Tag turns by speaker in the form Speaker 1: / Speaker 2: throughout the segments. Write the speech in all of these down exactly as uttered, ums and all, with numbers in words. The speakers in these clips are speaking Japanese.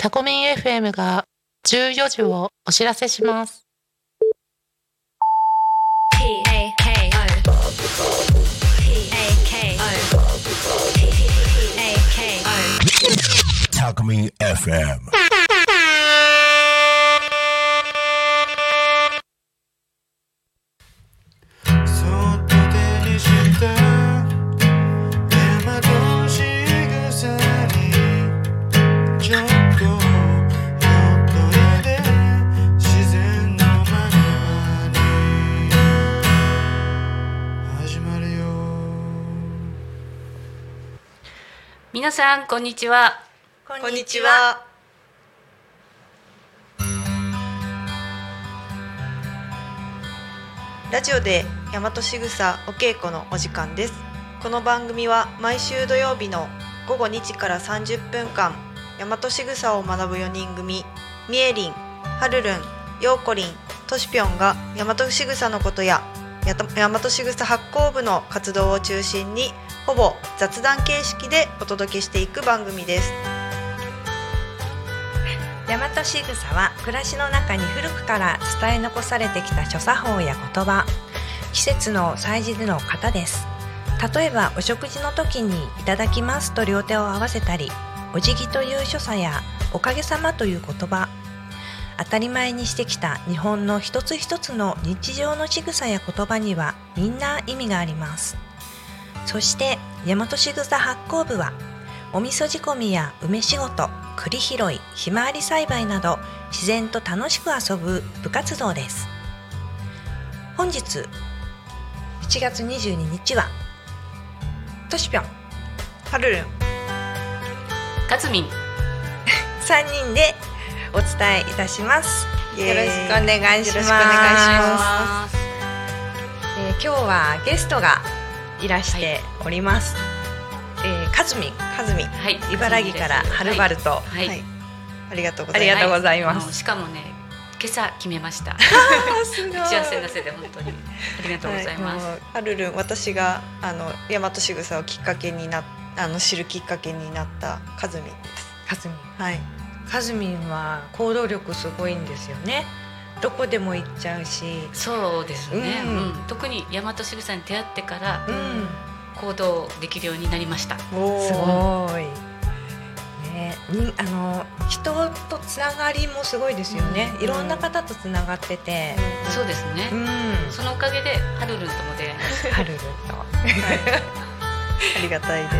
Speaker 1: タコミン エフエム がじゅうよじをお知らせします。
Speaker 2: タコミン エフエム。
Speaker 3: 皆さんこんにちは。
Speaker 4: こんにちは。ラジオで大和しぐさお稽古のお時間です。この番組は毎週土曜日の午後にじからさんじゅっぷんかん、大和しぐさを学ぶよにん組、みえりん、はるるん、ようこりん、としぴょんが大和しぐさのことや大和しぐさ発行部の活動を中心にほぼ雑談形式でお届けしていく番組です。
Speaker 5: 大和しぐさは暮らしの中に古くから伝え残されてきた諸作法や言葉、季節の祭事での型です。例えばお食事の時にいただきますと両手を合わせたり、お辞儀という所作やおかげさまという言葉、当たり前にしてきた日本の一つ一つの日常の仕草や言葉にはみんな意味があります。そして大和しぐさ発行部はお味噌仕込みや梅仕事、栗拾い、ひまわり栽培など自然と楽しく遊ぶ部活動です。本日しちがつにじゅうににちはとしぴょん、
Speaker 4: はるるん、
Speaker 3: かつみん
Speaker 5: さんにんでお伝えいたします。よろしくお願いします。
Speaker 4: よろしくお願いします。
Speaker 5: えー、今日はゲストがいらしております。はい、えー、かずみん、
Speaker 4: かずみん、
Speaker 5: はい、茨城からはるばると、
Speaker 4: はいはい、ありがとうございます。
Speaker 5: ありがとうございます。
Speaker 3: はい、しかもね、今朝決めました。打ち合わせなせで本当にありがとうございます。
Speaker 4: はい、はるるん、私があの大和しぐさをきっかけになあの知るきっかけになったかずみんです。
Speaker 5: かずみん、
Speaker 4: はい。
Speaker 5: かずみんは行動力すごいんですよね。どこでも行っちゃうし。
Speaker 3: そうですね、
Speaker 5: うん
Speaker 3: うん、特に大和しぐさに出会ってから、
Speaker 5: うん、
Speaker 3: 行動できるようになりました。
Speaker 5: すごい、ね、にあの人とつながりもすごいですよね、うん、いろんな方とつながってて、
Speaker 3: うん、そうですね、うん、そのおかげではるるんとも出会いました。
Speaker 5: はるるんと、はい、
Speaker 4: ありがたいです、はい、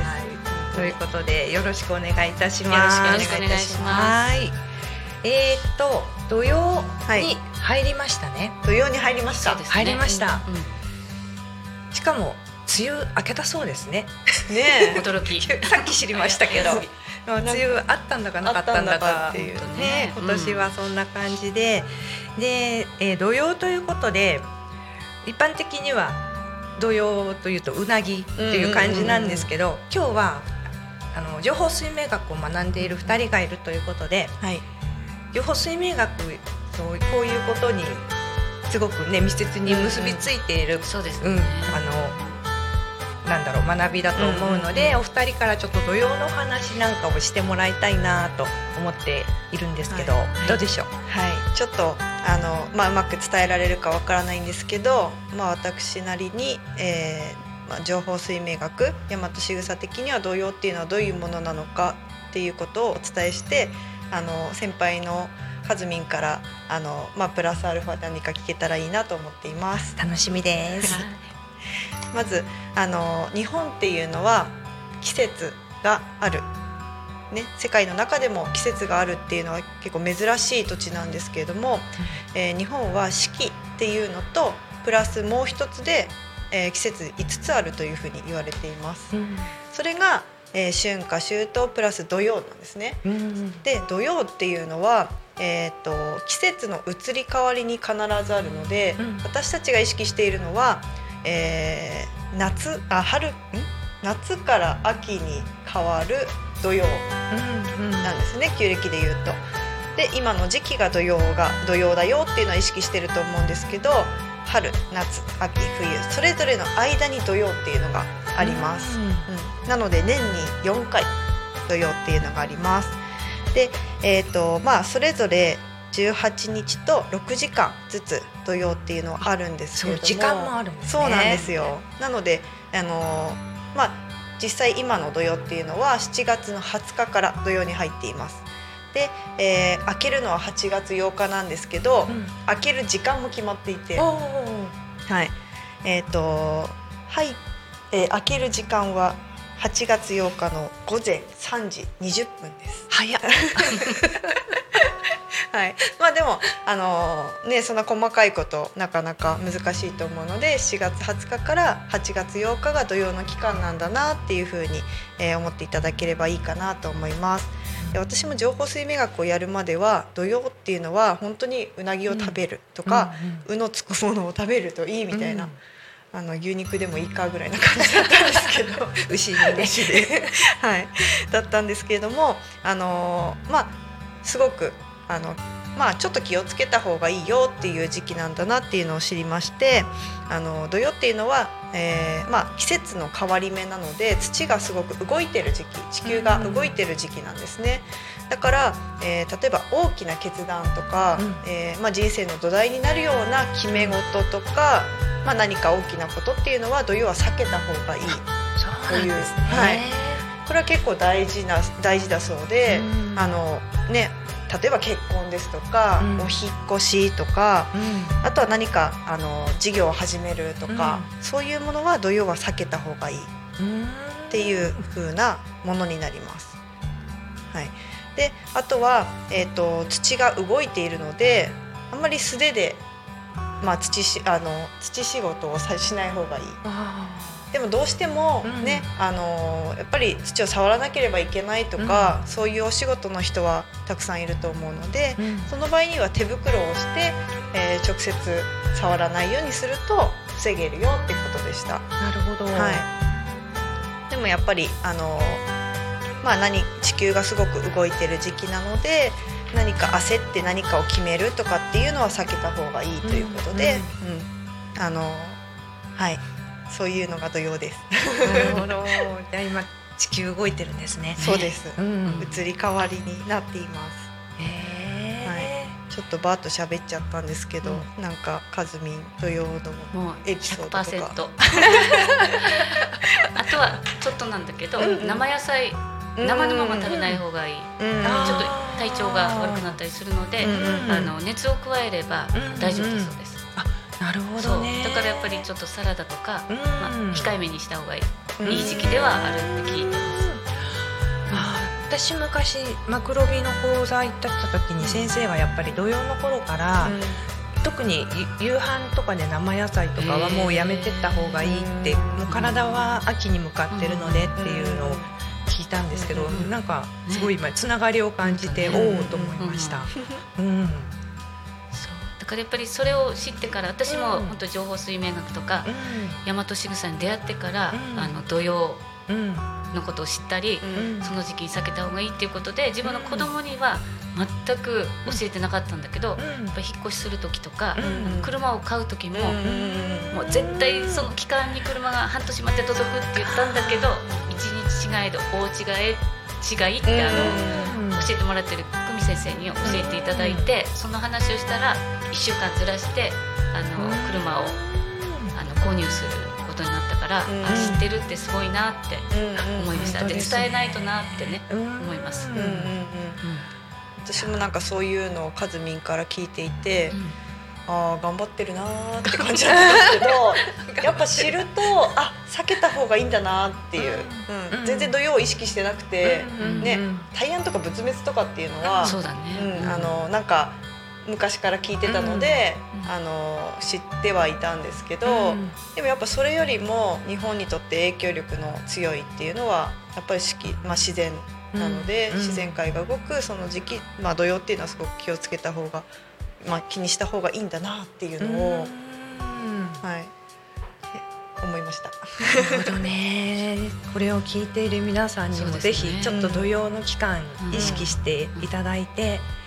Speaker 5: ということでよろしくお願いいたします。
Speaker 3: よろしくお願いします。
Speaker 5: はい、えー、っと土曜に入りましたね。
Speaker 4: はい、土曜に入りました。
Speaker 3: ね、
Speaker 5: 入りました、
Speaker 3: うんうん、
Speaker 5: しかも梅雨明けたそうですね。
Speaker 3: ねえ驚き
Speaker 5: さっき知りましたけど梅雨あったんだかなかったんだか
Speaker 4: っていう
Speaker 5: ね、今年はそんな感じで、うん、で、えー、土曜ということで一般的には土曜というとうなぎっていう感じなんですけど、今日はあの情報水明学を学んでいるふたりがいるということで、はい、情報水明学、そうこういうことにすごくね密接に結びついている、
Speaker 3: うん、そうですね、
Speaker 5: うん、あのなんだろう学びだと思うので、うんうんうん、お二人からちょっと土曜の話なんかをしてもらいたいなと思っているんですけど、はい、どうでしょう。
Speaker 4: はい、ちょっとあの、まあ、うまく伝えられるかわからないんですけど、まあ、私なりに、えーまあ、情報水明学、大和しぐさ的には土曜っていうのはどういうものなのかっていうことをお伝えして、あの先輩のかずみんからあの、まあ、プラスアルファ何か聞けたらいいなと思っています。
Speaker 5: 楽しみです。
Speaker 4: まずあの日本っていうのは季節がある、ね、世界の中でも季節があるっていうのは結構珍しい土地なんですけれども、うん、えー、日本は四季っていうのとプラスもう一つで、えー、季節いつつあるというふうに言われています、うん、それが、えー、春夏秋冬プラス土曜なんですね、うん、で土曜っていうのはえー、と季節の移り変わりに必ずあるので、うん、私たちが意識しているのは、えー、夏あ春ん夏から秋に変わる土曜なんですね、うんうん、旧暦で言うと。で今の時期が土曜が土曜だよっていうのは意識してると思うんですけど、春夏秋冬それぞれの間に土曜っていうのがあります、うんうん、なので年によんかい土曜っていうのがあります。 で、えーとまあ、それぞれじゅうはちにちとろくじかんずつ土曜っていうのはあるんですけれども、
Speaker 5: そう時間もあるもんね。
Speaker 4: そうなんですよ。なので、あのーまあ、実際今の土曜っていうのはしちがつのはつかから土曜に入っています。で、えー、開けるのははちがつようかなんですけど、うん、開ける時間も決まっていて、はいえーとはいえー、開ける時間ははちがつようかのごぜんさんじにじゅっぷんです。
Speaker 5: 早っ
Speaker 4: はい、まあでもあのー、ねそんな細かいことなかなか難しいと思うので、しちがつはつかからはちがつようかが土曜の期間なんだなっていうふうに、えー、思っていただければいいかなと思います。で私も情報水明学をやるまでは土曜っていうのは本当にうなぎを食べるとか、うんうん、うのつくものを食べるといいみたいな、うんあの牛肉でもいいかぐらいな感じだったんですけど
Speaker 5: 牛で、ね、
Speaker 4: 牛で、はい、だったんですけれども、あのー、まあすごくあの、まあ、ちょっと気をつけた方がいいよっていう時期なんだなっていうのを知りまして、あの土曜っていうのは、えーまあ、季節の変わり目なので土がすごく動いてる時期、地球が動いてる時期なんですね。だから、えー、例えば大きな決断とか、うんえーまあ、人生の土台になるような決め事とか、まあ、何か大きなことっていうのは土曜は避けた方がいいという、はい、これは結構大事な大事だそうで、うんあのね、例えば結婚ですとか、うん、お引っ越しとか、うん、あとは何かあの事業を始めるとか、うん、そういうものは土曜は避けた方がいいっていう風なものになります。はい、であとは、えーと、土が動いているのであんまり素手でまあ、土, しあの土仕事をさしない方がいい。でもどうしても、ねうん、あのやっぱり土を触らなければいけないとか、うん、そういうお仕事の人はたくさんいると思うので、うん、その場合には手袋をして、えー、直接触らないようにすると防げるよってことでした。
Speaker 5: なるほど、
Speaker 4: はい、でもやっぱりあの、まあ、何地球がすごく動いてる時期なので何か焦って何かを決めるとかっていうのは避けた方がいいということで、うんうんうん、あのはい、そういうのが土曜です。
Speaker 5: なるほど。じゃあ今地球動いてるんですね。
Speaker 4: そうです、うん、移り変わりになっています。
Speaker 5: へー、
Speaker 4: はい、ちょっとバーッと喋っちゃったんですけど、うん、なんかカズミン土曜のエピソードとか。
Speaker 3: もう ひゃくパーセント あとはちょっとなんだけど、うんうん、生野菜生のまま食べない方がいい、うんうん、ちょっと体調が悪くなったりするので、うんうん、あの熱を加えれば大丈夫だそうです、
Speaker 5: うんうん、あ、なるほどね。
Speaker 3: だからやっぱりちょっとサラダとか、うんまあ、控えめにした方がいい、うん、いい時期ではあるって聞いてます、
Speaker 5: うん、あ私昔マクロビの講座行った時に先生はやっぱり土曜の頃から、うん特に夕飯とかで生野菜とかはもうやめてった方がいいって、もう体は秋に向かってるのでっていうのを聞いたんですけど、なんかすごい今つながりを感じて、おおと思いました。うん
Speaker 3: そうだからやっぱりそれを知ってから、私も本当情報水明学とか、大和仕草に出会ってから、あの土曜のことを知ったり、その時期に避けた方がいいっていうことで、自分の子供には全く教えてなかったんだけど、うん、やっぱ引っ越しする時とか、うん、車を買う時も、うん、もう絶対その期間に車が半年待って届くって言ったんだけど、一日違いど大違い違いってあの、うん、教えてもらってる久美先生に教えていただいて、うん、その話をしたらいっしゅうかんずらしてあの、うん、車をあの購入することになったから、うん、あ知ってるってすごいなって思いました、うん、で伝えないとなってね、うん、思います、うんうんうんうん
Speaker 4: 私もなんかそういうのをカズミンから聞いていて、うん、ああ頑張ってるなーって感じなんですけどやっぱ知るとあ避けた方がいいんだなっていう、うんうん、全然土曜を意識してなくて、うんね、大安とか仏滅とかっていうのは、
Speaker 3: そうだね、
Speaker 4: うん、あのなんか昔から聞いてたので、うん、あの知ってはいたんですけど、うん、でもやっぱそれよりも日本にとって影響力の強いっていうのはやっぱり四季、まあ、自然なので、うん、自然界が動くその時期、まあ、土曜っていうのはすごく気をつけた方が、まあ、気にした方がいいんだなっていうのを、うんはい、思いました。
Speaker 5: なるほどね。これを聞いている皆さんにもぜひちょっと土曜の期間意識していただいて、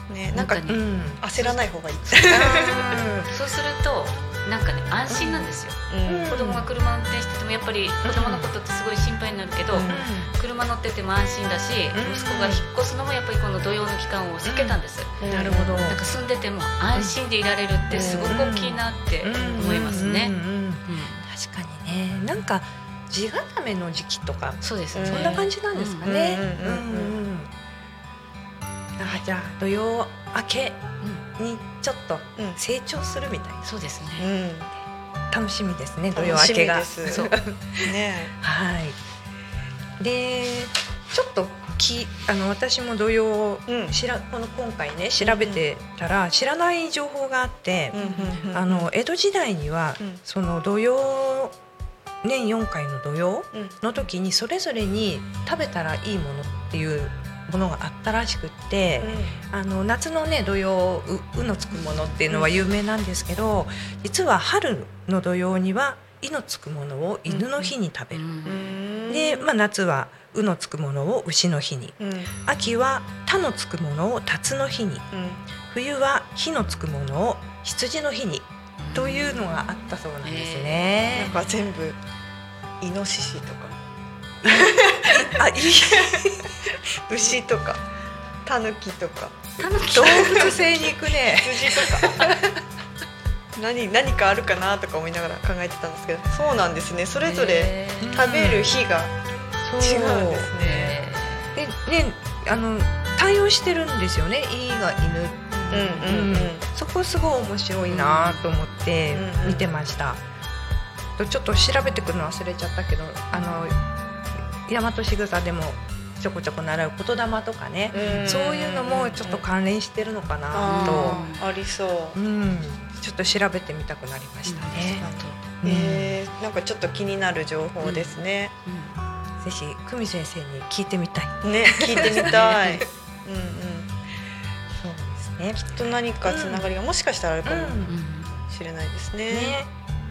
Speaker 4: ね、なんか
Speaker 3: なんかね、
Speaker 5: うん、
Speaker 4: 焦らない方がいい。
Speaker 3: そうするとなんかね安心なんですよ、
Speaker 4: うん
Speaker 3: 子供が車運転しててもやっぱり子供のことってすごい心配になるけど、
Speaker 4: うん
Speaker 3: 車乗ってても安心だし、
Speaker 5: うん
Speaker 3: 息子が引っ越すのもやっぱりこの土曜の期間を避けたんです、
Speaker 4: うん
Speaker 5: なるほど。
Speaker 3: なんか住んでても安心でいられるってすごく大きいなって思いますね、
Speaker 5: うんうんうんうん
Speaker 3: うん
Speaker 5: 確かにね。なんか地固めの時期とか
Speaker 3: そうですね、
Speaker 5: そんな感じなんですかね。
Speaker 4: うんうんうんうん
Speaker 5: うんうんあ、じゃあ土曜明け
Speaker 3: うん
Speaker 5: にちょっと
Speaker 4: うん
Speaker 5: 成長するみたいな、
Speaker 3: そうですね、
Speaker 4: うん
Speaker 5: 楽しみですね、土曜明けが。
Speaker 4: 楽しみです
Speaker 3: そう
Speaker 4: ね
Speaker 5: はい。でちょっときあの私も土曜
Speaker 4: うん
Speaker 5: しらこの今回ね調べてたら知らない情報があって、
Speaker 4: うんうんうん
Speaker 5: あの江戸時代には、
Speaker 4: うん
Speaker 5: その土曜年よんかいの土曜
Speaker 4: うん
Speaker 5: の時にそれぞれに食べたらいいものっていうものがあったらしくって、あの夏のね土曜 う, うのつくものっていうのは有名なんですけど、実は春の土曜にはいのつくものを犬の日に食べる、
Speaker 3: うん
Speaker 4: うん
Speaker 5: で、まあ、夏はうのつくものを牛の日に、
Speaker 4: うん
Speaker 5: 秋は田のつくものを辰の日に、
Speaker 4: うん
Speaker 5: 冬は火のつくものを羊の日にというのがあったそうなんですね。
Speaker 4: なんか全部イノシシとか
Speaker 5: あ、いい
Speaker 4: 牛とかタヌキとか
Speaker 3: タヌキ
Speaker 5: 動物性に行くね。
Speaker 4: 羊とか何何かあるかなとか思いながら考えてたんですけど、そうなんですね。それぞれ
Speaker 3: へー
Speaker 4: 食べる日が違うんですね。
Speaker 3: へ
Speaker 5: でね、あの対応してるんですよね。いいが犬。
Speaker 4: うんうんうん
Speaker 5: そこすごい面白いなと思って
Speaker 4: うんうん
Speaker 5: 見てました。ちょっと調べてくるの忘れちゃったけど、あの大和しぐさでもちょこちょこ習う言霊とかね、
Speaker 4: うん
Speaker 5: そういうのもちょっと関連してるのかなと、
Speaker 4: あーありそう。
Speaker 5: うん、ちょっと調べてみたくなりましたね。うん
Speaker 4: えー、なんかちょっと気になる情報ですね。
Speaker 5: ぜひ久美先生に聞いてみたい。
Speaker 4: ね、聞いてみたい。うんうん。
Speaker 5: そうですね。
Speaker 4: きっと何かつながりがもしかしたらあるかも
Speaker 5: うん
Speaker 3: うん
Speaker 4: しれないですね。
Speaker 5: ね。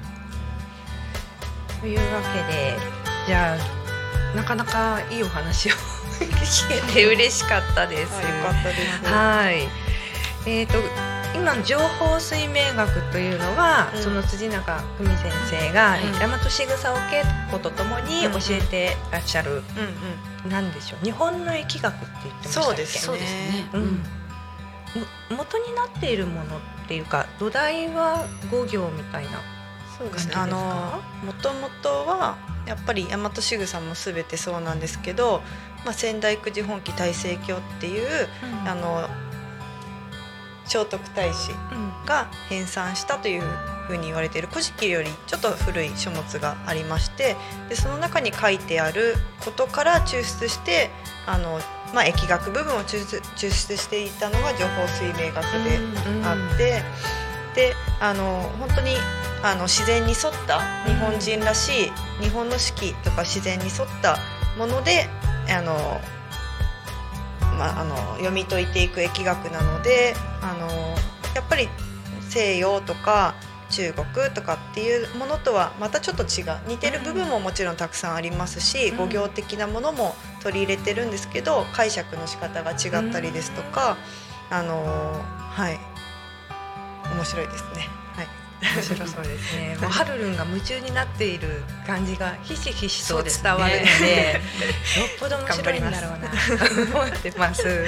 Speaker 5: というわけで、じゃあなかなかいいお話を聞けて嬉しかったです。
Speaker 4: あ、よかったです。
Speaker 5: はい。えっ、と今情報水明学というのは、
Speaker 4: うん
Speaker 5: その辻中久美先生が
Speaker 3: うん
Speaker 5: 大和しぐさを稽古とともに教えてらっしゃる、
Speaker 4: うんうん。
Speaker 5: なんでしょう、日本の疫学って言ってましたっけ？
Speaker 4: そうです
Speaker 3: そうですね、
Speaker 5: うんも元になっているものっていうか土台は五行みたいな。
Speaker 4: そうですね。
Speaker 5: 感じですか？
Speaker 4: あの元々はやっぱり大和しぐさもすべてそうなんですけど、まあ仙台九時本紀大盛教っていう、あの聖徳太子
Speaker 5: うん
Speaker 4: が編纂したというふうに言われている古事記よりちょっと古い書物がありまして、でその中に書いてあることから抽出してあの、まあ、疫学部分を抽出、抽出していたのが情報水明学であって、であの本当にあの自然に沿った日本人らしい日本の四季とか自然に沿ったものであのまあ、あの読み解いていく疫学なので、あのやっぱり西洋とか中国とかっていうものとはまたちょっと違う、似てる部分ももちろんたくさんありますし、
Speaker 5: うん
Speaker 4: 語行的なものも取り入れてるんですけど、解釈の仕方が違ったりですとか、あのはい面白いですね。はい、
Speaker 5: 面白そうですね。もうハルルンが夢中になっている感じがひしひしと
Speaker 3: そうですね
Speaker 5: 伝わるので、よっぽど面白いんだろうなと思ってます。はい。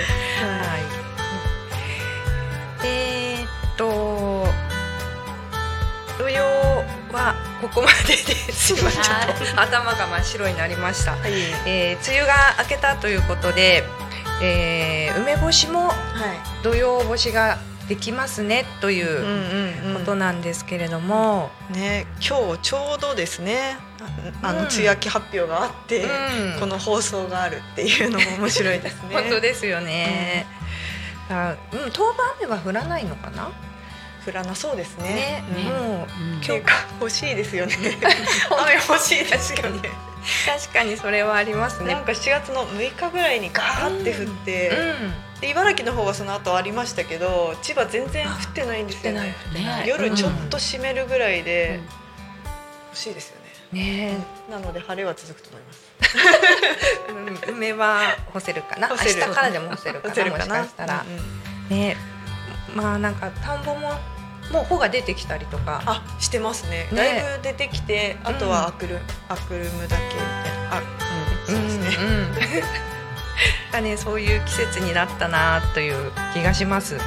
Speaker 5: えーっと土曜はここまでです。今ちょっと頭が真っ白になりました。
Speaker 4: はい
Speaker 5: えー、梅雨が明けたということで、えー梅干しも
Speaker 4: は
Speaker 5: 土曜干しができますねとい
Speaker 4: い、うん
Speaker 5: う
Speaker 4: うんうん
Speaker 5: ことなんですけれども、
Speaker 4: ね、今日ちょうどですね、あの
Speaker 5: うん
Speaker 4: 梅雨明け発表があって、
Speaker 5: うん
Speaker 4: この放送があるっていうのも面白いですね。
Speaker 5: 本当ですよね。あ、うん、当分雨は降らないのかな。
Speaker 4: 降らなそうですね。
Speaker 5: ね、
Speaker 4: うん
Speaker 5: もう
Speaker 3: うん
Speaker 4: っていうか欲しいですよね。雨欲しいですよね。
Speaker 5: 確かにそれはありますね。
Speaker 4: なんかしちがつのむいかぐらいにガーって降って、
Speaker 5: うん、
Speaker 4: で茨城の方はその後ありましたけど、千葉全然降ってないんですよね。
Speaker 5: 降ってない
Speaker 3: ね
Speaker 4: 夜ちょっと湿るぐらいで
Speaker 3: うん
Speaker 4: 欲しいですよね。
Speaker 5: ね
Speaker 4: なので晴れは続くと思います。
Speaker 5: え、うん梅は干せるかな。
Speaker 4: 干せる
Speaker 5: 明日からでも干せるかな。
Speaker 4: 干せるかな。
Speaker 5: もしかしたら。
Speaker 4: うんうん
Speaker 5: ね、まあなんか田んぼももう穂が出てきたりとか
Speaker 4: あしてますね。
Speaker 5: ね
Speaker 4: だいぶ出てきて、あとはアクル、うん、アクルムだけみたいな、あ、うん、そうですね。
Speaker 5: うんうんだね、そういう季節になったなという気がします。はい、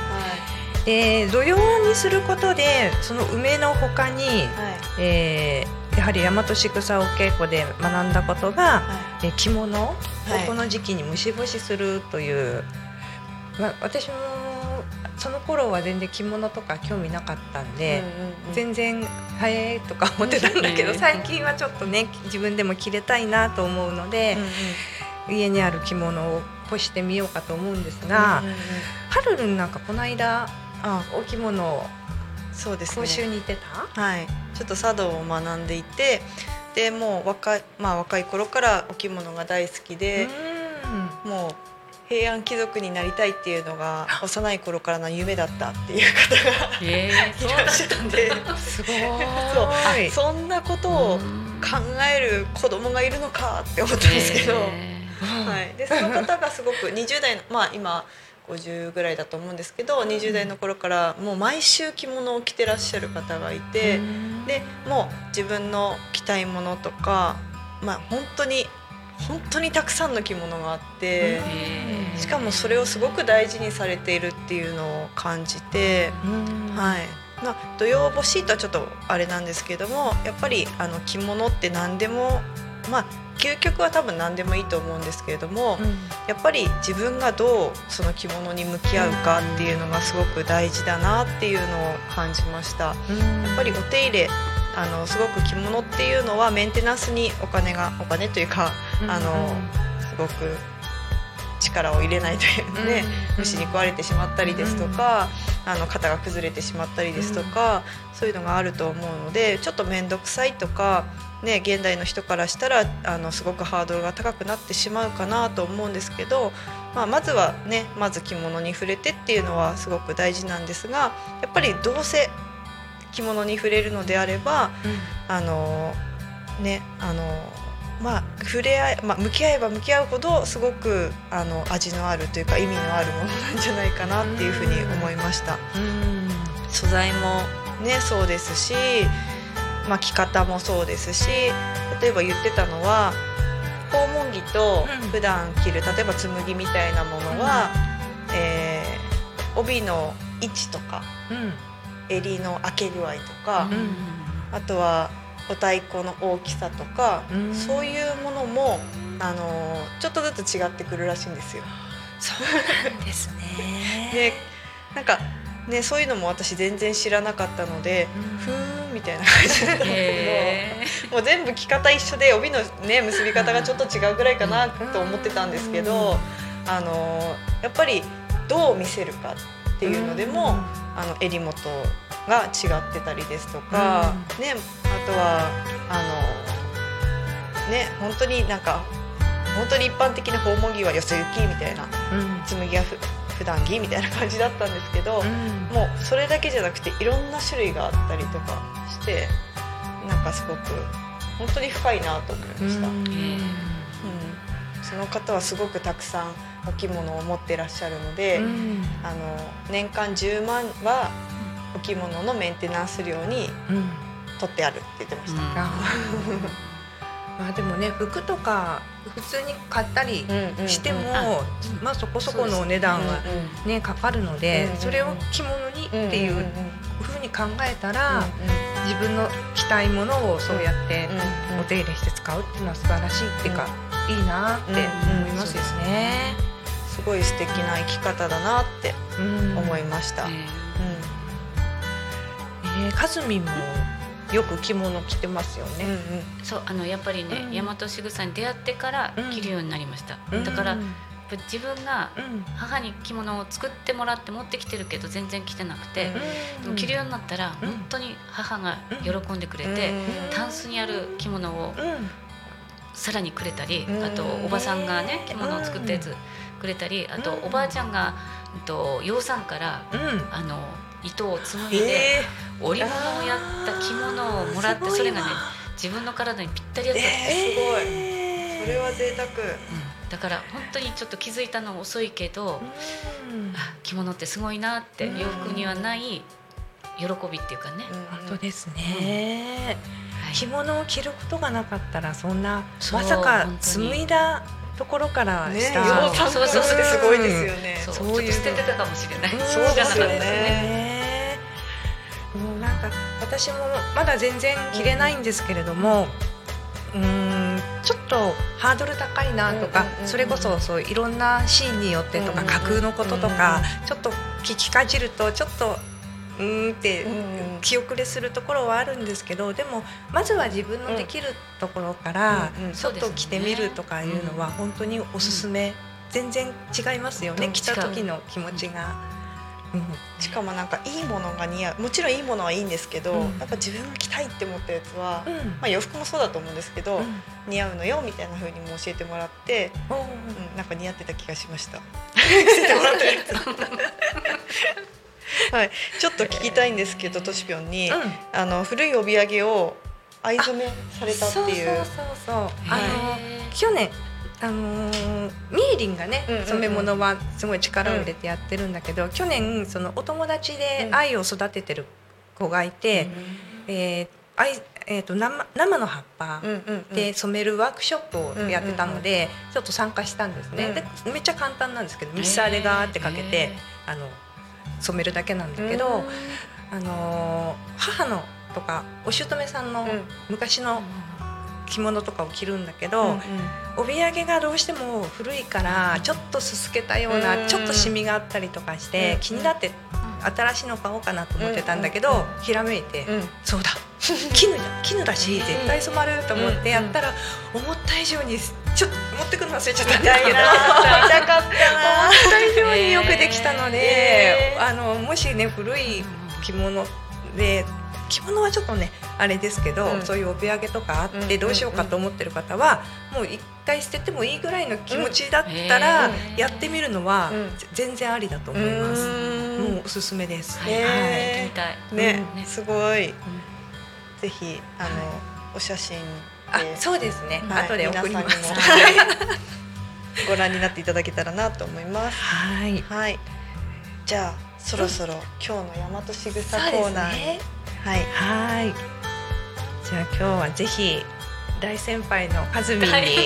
Speaker 5: で土用にすることでその梅の他に、はい、えー、やはり大和しぐさお稽古で学んだことが、はい、え着物をこの時期に虫干しするという、まあ、私もその頃は全然着物とか興味なかったんで、うんうんうん、全然へえとか思ってたんだけど、最近はちょっとね自分でも着れたいなと思うので、うんうん、家にある着物を干してみようかと思うんですが、うんうんうん、はるるんなんかこの間あお着物を講習に行ってた、
Speaker 4: はい、ちょっと茶道を学んでいて、でもう若い、まあ、若い頃からお着物が大好きで、うん、もう平安貴族になりたいっていうのが幼い頃からの夢だったっていう方が、えー、いらっしゃったんで、
Speaker 5: すごい
Speaker 4: そう、そんなことを考える子供がいるのかって思ったんですけど、えーはい、でその方がすごくにじゅう代の、まあ、今ごじゅうぐらいだと思うんですけど、にじゅう代の頃からもう毎週着物を着てらっしゃる方がいて、でもう自分の着たいものとか、まあ、本当に本当にたくさんの着物があって、しかもそれをすごく大事にされているっていうのを感じて、はい、まあ、土用干しとはちょっとあれなんですけども、やっぱりあの着物って何でも、まあ究極は多分何でもいいと思うんですけれども、うん、やっぱり自分がどうその着物に向き合うかっていうのがすごく大事だなっていうのを感じました。うん、やっぱりお手入れ、あのすごく着物っていうのはメンテナンスにお金がお金というか、うん、あのすごく力を入れないというね、うん、虫に食われてしまったりですとか、うん、あの肩が崩れてしまったりですとか、うん、そういうのがあると思うので、ちょっと面倒くさいとか、ね、現代の人からしたらあのすごくハードルが高くなってしまうかなと思うんですけど、まあ、まずはね、まず着物に触れてっていうのはすごく大事なんですが、やっぱりどうせ着物に触れるのであれば、うん、あのねあのまあ触れ合い、まあ、向き合えば向き合うほどすごくあの味のあるというか意味のあるものなんじゃないかなっていうふうに思いました。うん、素材もねそうですし、まあ、着方もそうですし、例えば言ってたのは訪問着と普段着る例えば紬みたいなものは、うん、えー、帯の位置とか、うん、襟の開け具合とか、うん、あとはお太鼓の大きさとか、うん、そういうものもあのちょっとずつ違ってくるらしいんですよ。
Speaker 5: そうなんですね。
Speaker 4: でなんかね、そういうのも私全然知らなかったので、うん、ふーんみたいな感じだったんですけど、もう全部着方一緒で帯の、ね、結び方がちょっと違うぐらいかなと思ってたんですけど、うん、あのやっぱりどう見せるかっていうのでも、うん、あの襟元が違ってたりですとか、うん、ね、あとはあの、ね、本当になんか本当に一般的な訪問着はよそ行きみたいな、うん、紬はふ普段着みたいな感じだったんですけど、うん、もうそれだけじゃなくていろんな種類があったりとかして、なんかすごく本当に深いなと思いました。うん、うん、その方はすごくたくさんお着物を持ってらっしゃるので、うん、あの年間じゅうまんはお着物のメンテナンス料に取ってあるって言ってました。うん、
Speaker 5: まあでもね、服とか普通に買ったりしても、うんうんうん、まあそこそこのお値段はね、かかるので、うんうん、それを着物にっていう風に考えたら、うんうん、自分の着たいものをそうやってお手入れして使うっていうのは素晴らしいっていうか、うん、いいなって思いますよね。
Speaker 4: うんうん、すごい素敵な生き方だなって思いました。うんうん、
Speaker 5: えー、かずみんもよく着物着てますよね。うんうん、
Speaker 3: そう、あのやっぱりね、うん、大和しぐさに出会ってから着るようになりました。うん、だから、うん、自分が母に着物を作ってもらって持ってきてるけど全然着てなくて、うん、でも着るようになったら本当に母が喜んでくれて、うん、タンスにある着物をさらにくれたり、あとおばさんがね着物を作ったやつくれたり、あとおばあちゃんが養蚕から、うん、あの糸を紡いで織物をやった着物をもらって、それがね自分の体にぴったりやったんです。
Speaker 4: えー、すごい、それは贅沢。うん、
Speaker 3: だから本当にちょっと気づいたの遅いけど、あ着物ってすごいなって、洋服にはない喜びっていうかね、
Speaker 5: 本当ですね、うんはい、着物を着ることがなかったらそんなまさか紡いだところからした、
Speaker 4: ね、養蚕ってすごいですよね。
Speaker 3: そうそういう捨ててたかもしれない。
Speaker 4: そうですよね。
Speaker 5: もうなんか私もまだ全然着れないんですけれども、うーんちょっとハードル高いなとか、それこそそういろんなシーンによってとか、架空のこととか、ちょっと聞きかじるとちょっとうーんって気遅れするところはあるんですけど、でもまずは自分のできるところからちょっと着てみるとかいうのは本当におすすめ。全然違いますよね、着た時の気持ちが。うん、
Speaker 4: しかもなんかいいものが似合う、もちろんいいものはいいんですけど、うん、やっぱ自分が着たいって思ったやつは、うんまあ、洋服もそうだと思うんですけど、うん、似合うのよみたいな風にも教えてもらって、うん、なんか似合ってた気がしました。教えてもらったやつはい、ちょっと聞きたいんですけど、としぴょんに、うん、あの古い帯揚げを藍染めされたっていう。
Speaker 5: そうそうそうそう、あの去年あのー、ミーリンがね、うんうんうん、染め物はすごい力を入れてやってるんだけど、うん、去年そのお友達で藍を育ててる子がいて、うん、えー藍えー、と 生, 生の葉っぱで染めるワークショップをやってたので、うんうんうん、ちょっと参加したんですね、うん、でめっちゃ簡単なんですけど、ミキサーでガーってかけてあの染めるだけなんだけど、うん、あのー、母のとかお姑さんの昔の着物とかを着るんだけど、うんうん、帯揚げがどうしても古いからちょっとすすけたような、うん、ちょっとシミがあったりとかして、うん、気になって新しいの買おうかなと思ってたんだけど、うん、ひらめいて、うん、そうだ絹だ絹だし絶対染まると思ってやったら、うん、思った以上にちょっと持ってくるの忘れちゃったんだけど
Speaker 4: 痛かったな思
Speaker 5: った以上によくできたので、えー、あのもしね古い着物で着物はちょっとねあれですけど、うん、そういう帯揚げとかあってどうしようかと思ってる方は、うんうんうん、もう一回捨ててもいいぐらいの気持ちだったら、うん、やってみるのは全然ありだと思います、うん、もうおすすめです、
Speaker 3: はいはい、やってみたい
Speaker 4: ね、うん、すごい、うん、ぜひあの、はい、お写真で
Speaker 5: あそうですね、はい、後で送ります、
Speaker 4: ご覧になっていただけたらなと思います。
Speaker 5: はい、
Speaker 4: はい、じゃあそろそろ今日の大和しぐさコーナーに、はい、
Speaker 5: はい、じゃあ今日はぜひ大先輩のかずみんに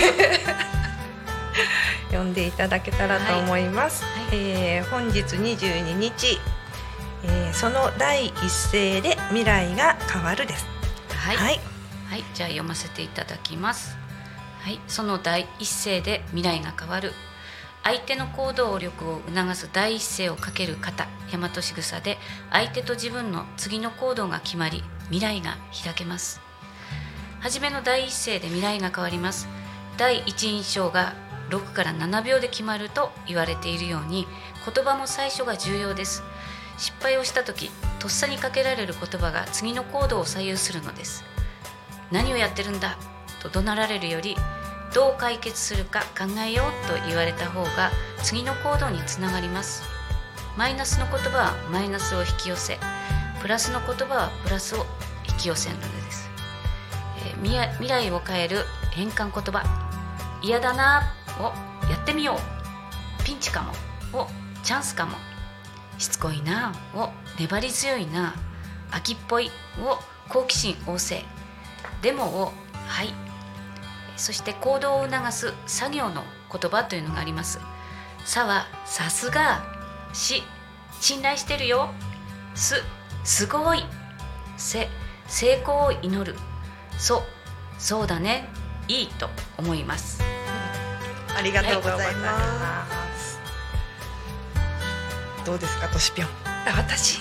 Speaker 5: 呼んでいただけたらと思います、はいはい、えー、本日にじゅうににち、えー、その第一声で未来が変わるです。
Speaker 3: はい、はいはい、じゃあ読ませていただきます。はい、その第一声で未来が変わる。相手の行動力を促す第一声をかける方、大和しぐさで相手と自分の次の行動が決まり、未来が開けます。はじめの第一声で未来が変わります。第一印象がろくからななびょうで決まると言われているように、言葉も最初が重要です。失敗をした時、とっさにかけられる言葉が次の行動を左右するのです。何をやってるんだと怒鳴られるより、どう解決するか考えようと言われた方が次の行動につながります。マイナスの言葉はマイナスを引き寄せ、プラスの言葉はプラスを引き寄せるのです。えー、未来を変える変換言葉、嫌だなをやってみよう、ピンチかもをチャンスかも、しつこいなを粘り強いな、秋っぽいを好奇心旺盛、でもをはい、そして行動を促す作業の言葉というのがあります。さはさすが、し信頼してるよ、すすごい、せ成功を祈る、そそうだね、いいと思います。
Speaker 4: ありがとうございます。どうですか、としぴょん。
Speaker 5: あ、私こ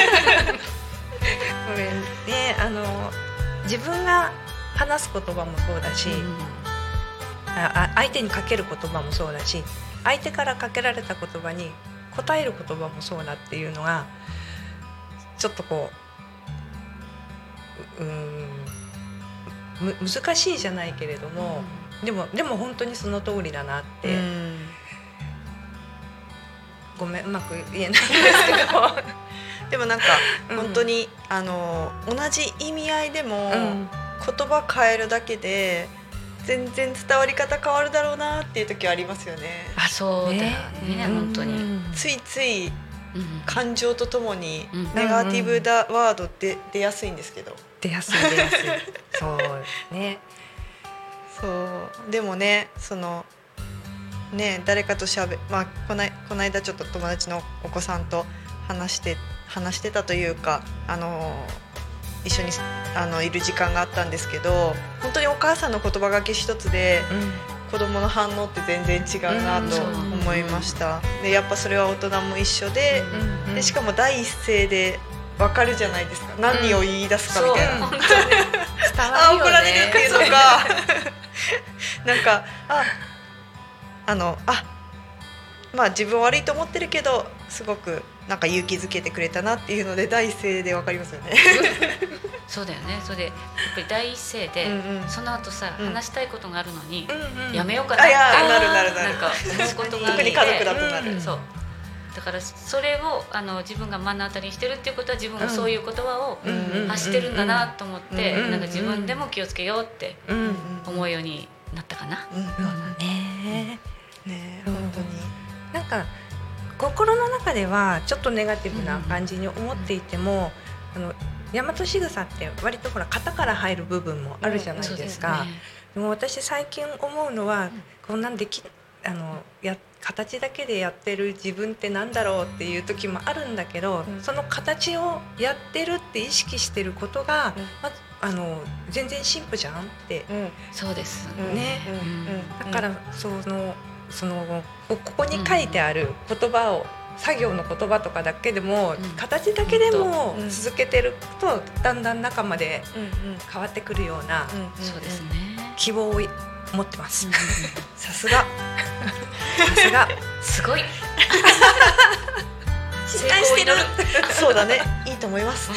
Speaker 5: れね、あの自分が話す言葉もそうだし、うん、あ相手にかける言葉もそうだし、相手からかけられた言葉に答える言葉もそうだっていうのがちょっとこう、うーんむ難しいじゃないけれども、うん、でもでも本当にその通りだなって、うん、ごめんうまく言えないんですけど
Speaker 4: でもなんか本当に、うん、あの同じ意味合いでも、うん、言葉変えるだけで全然伝わり方変わるだろうなっていう時はありますよね。
Speaker 3: あ、そうだよね、
Speaker 5: ね、
Speaker 3: 本当に
Speaker 4: ついつい
Speaker 3: うん
Speaker 4: 感情とともに
Speaker 3: うん
Speaker 4: ネガティブだワードって出やすいんですけど、
Speaker 5: 出やすい出やすいそうね。
Speaker 4: そうでもね、そのね誰かとしゃべ、まあ、こないこの間ちょっと友達のお子さんと話して話してたというか、あの一緒にあのいる時間があったんですけど、本当にお母さんの言葉がけ一つで子供の反応って全然違うなと思いました。でやっぱそれは大人も一緒で、
Speaker 5: うん
Speaker 4: でしかも第一声で分かるじゃないですか、何を言い出すかみたいな、
Speaker 3: そう本当に
Speaker 5: 伝わ
Speaker 4: あ
Speaker 5: るよね。
Speaker 4: 怒られるっていうのがなんかああのあまあ自分悪いと思ってるけどすごくなんか勇気づけてくれたなっていうので第一声で分かりますよね。
Speaker 3: そうだよね。それでやっぱり第一声で、
Speaker 4: うんうん
Speaker 3: その後さ、
Speaker 4: うん
Speaker 3: 話したいことがあるのに、
Speaker 5: うんうん
Speaker 3: やめようかなって
Speaker 4: あいやなるなるなる
Speaker 3: なんか思うことがあって、
Speaker 4: 特に家族だとなる、
Speaker 5: うん
Speaker 3: そうだからそれをあの自分が目の当たりにしてるっていうことは自分もそういう言葉を
Speaker 4: うんうん
Speaker 3: 発してるんだなと思って、
Speaker 4: うんうん
Speaker 3: なんか自分でも気をつけようって
Speaker 5: うんうん
Speaker 3: 思うようになったかな。
Speaker 4: うんうん
Speaker 5: そうだね。
Speaker 4: ね
Speaker 5: うん
Speaker 4: 本当に
Speaker 5: なんか心の中ではちょっでネガティブな感じに思っていても、あの大和仕草って割とほら型から入る部分もあるじゃない
Speaker 3: そう
Speaker 5: ですか。
Speaker 3: ね
Speaker 5: でも私最近思うのは、こんなんできあのや形だけでやってる自分ってなんだろうっていう時もあるんだけど、
Speaker 4: うん
Speaker 5: その形をやってるって意識してることが、
Speaker 4: うん
Speaker 5: まずあの全然進歩じゃんって、
Speaker 4: うん
Speaker 3: そうです。
Speaker 4: うん
Speaker 5: ね
Speaker 4: うんうん
Speaker 5: だからそのそのこここに書いてある言葉を、作業の言葉とかだけでも、
Speaker 3: うん
Speaker 5: 形だけでも
Speaker 4: うん
Speaker 5: 続けてるとだんだん中まで
Speaker 4: うんうん
Speaker 5: 変わってくるような
Speaker 4: うんうん
Speaker 3: そうですね。
Speaker 5: 希望を持ってます。
Speaker 4: さすが
Speaker 5: さすが
Speaker 3: すごい。
Speaker 5: 信頼してる。
Speaker 4: そうだね、いいと思います。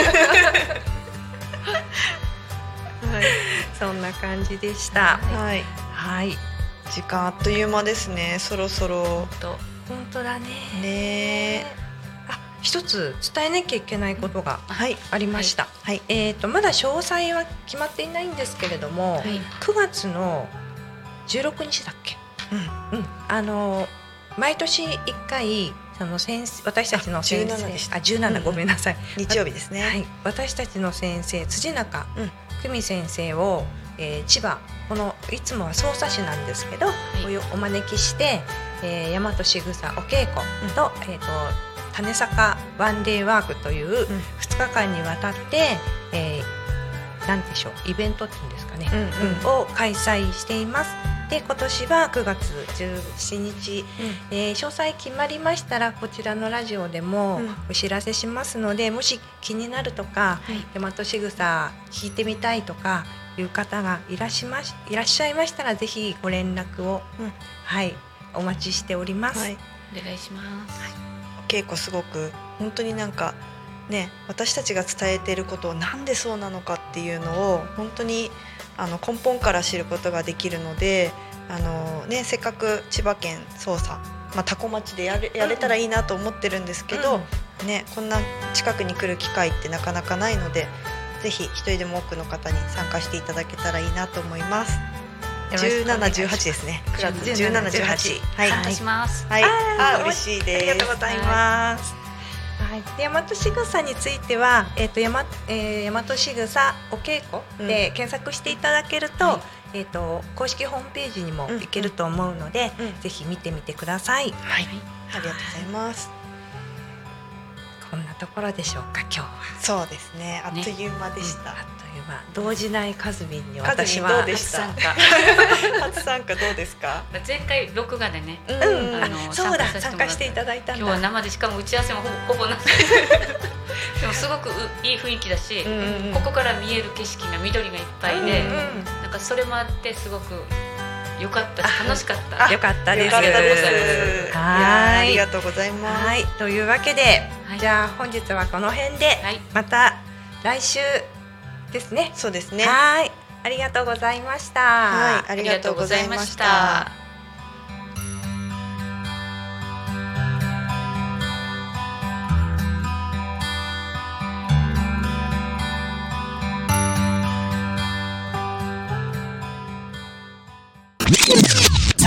Speaker 4: はい
Speaker 5: そんな感じでした。
Speaker 4: はい、
Speaker 5: はい、
Speaker 4: 時間あっという間ですね。そろそろ
Speaker 3: と
Speaker 5: 本当だね。
Speaker 4: ね。
Speaker 5: あ、一つ伝えなきゃいけないことが
Speaker 4: はい
Speaker 5: ありました。
Speaker 4: はい
Speaker 5: えっとまだ詳細は決まっていないんですけれども、
Speaker 3: はい
Speaker 5: くがつのじゅうろくにちだっけ？
Speaker 4: うん
Speaker 5: うん、あの毎年いっかいその先生私たちの先
Speaker 4: あじゅうななでし
Speaker 5: 生、
Speaker 4: た
Speaker 5: あじゅうなな、
Speaker 4: うん
Speaker 5: ごめんなさい。
Speaker 4: 日曜日ですね。
Speaker 5: はい、私たちの先生辻中
Speaker 4: うん
Speaker 5: 久美先生を、えー千葉このいつもは匝瑳市なんですけど、
Speaker 3: い
Speaker 5: おお招きして、えー、大和しぐさお稽古と、えー、と種坂ワンデーワークという
Speaker 4: うん
Speaker 5: ふつかかんにわたって、えー、なんでしょうイベントっていうんですかね、
Speaker 4: うんうん
Speaker 5: を開催しています。で今年はくがつじゅうしちにち、えー詳細決まりましたらこちらのラジオでも
Speaker 4: うん
Speaker 5: お知らせしますので、もし気になるとか、
Speaker 3: はい
Speaker 5: 大和しぐさ聞いてみたいとかいう方がいらっしゃいましいらっしゃいましたらぜひご連絡を、
Speaker 4: うん
Speaker 5: はいお待ちしております。
Speaker 4: はい、
Speaker 3: お願いします。
Speaker 4: お稽古すごく本当になんかね、私たちが伝えていることをなんでそうなのかっていうのを本当にあの根本から知ることができるので、あの、ね、せっかく千葉県匝瑳、まあ、多古町でやれ、やれたらいいなと思ってるんですけど、ね、こんな近くに来る機会ってなかなかないので、ぜひ一人でも多くの方に参加していただけたらいいなと思います。じゅうなな、じゅうはちですね。くがつじゅうなな、じゅうはち。はい、
Speaker 3: 参加します。
Speaker 4: はい、
Speaker 5: あ
Speaker 4: あ
Speaker 5: ー
Speaker 4: 嬉しい
Speaker 5: あ
Speaker 4: です。
Speaker 5: りがとうございます。はい、で大和しぐさについては、えっ、とやま、えー、大和しぐさお稽古で検索していただけると、
Speaker 3: はい
Speaker 5: えっ、と公式ホームページにも行けると思うので、
Speaker 4: うんうん
Speaker 5: ぜひ見てみてください。
Speaker 4: はい、ありがとうございます。
Speaker 5: こんなところでしょうか今日は。
Speaker 4: そうですね、あっという間でした。
Speaker 5: あっという間。動じないカズミンに
Speaker 4: カズミン
Speaker 5: 私は
Speaker 4: どうでした
Speaker 3: 初参加。
Speaker 4: 初参加どうですか？
Speaker 3: 前回録画でね、
Speaker 5: うん、
Speaker 3: あの
Speaker 5: あそうだ
Speaker 3: 参加させてもらった
Speaker 5: 参加していただいたんだ。
Speaker 3: 今日は生でしかも打ち合わせもほぼほぼなくてでもすごくういい雰囲気だし、
Speaker 4: うんうんうん
Speaker 3: ここから見える景色が緑がいっぱいで、
Speaker 5: うんうん
Speaker 3: なんかそれもあってすごく良かったし楽しかった。
Speaker 5: あよかったです。
Speaker 4: よかったです。いやーありが
Speaker 5: と
Speaker 4: とうございます。
Speaker 5: はい、というわけで、
Speaker 3: はい
Speaker 5: じゃあ本日はこの辺で、
Speaker 3: はい
Speaker 5: また来週ですね。
Speaker 4: そうですね。
Speaker 5: はい、ありがとうございました。
Speaker 4: はい、あ
Speaker 3: あ
Speaker 4: りがとうございました。
Speaker 3: りがとうございました。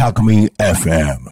Speaker 2: Alchemy エフエム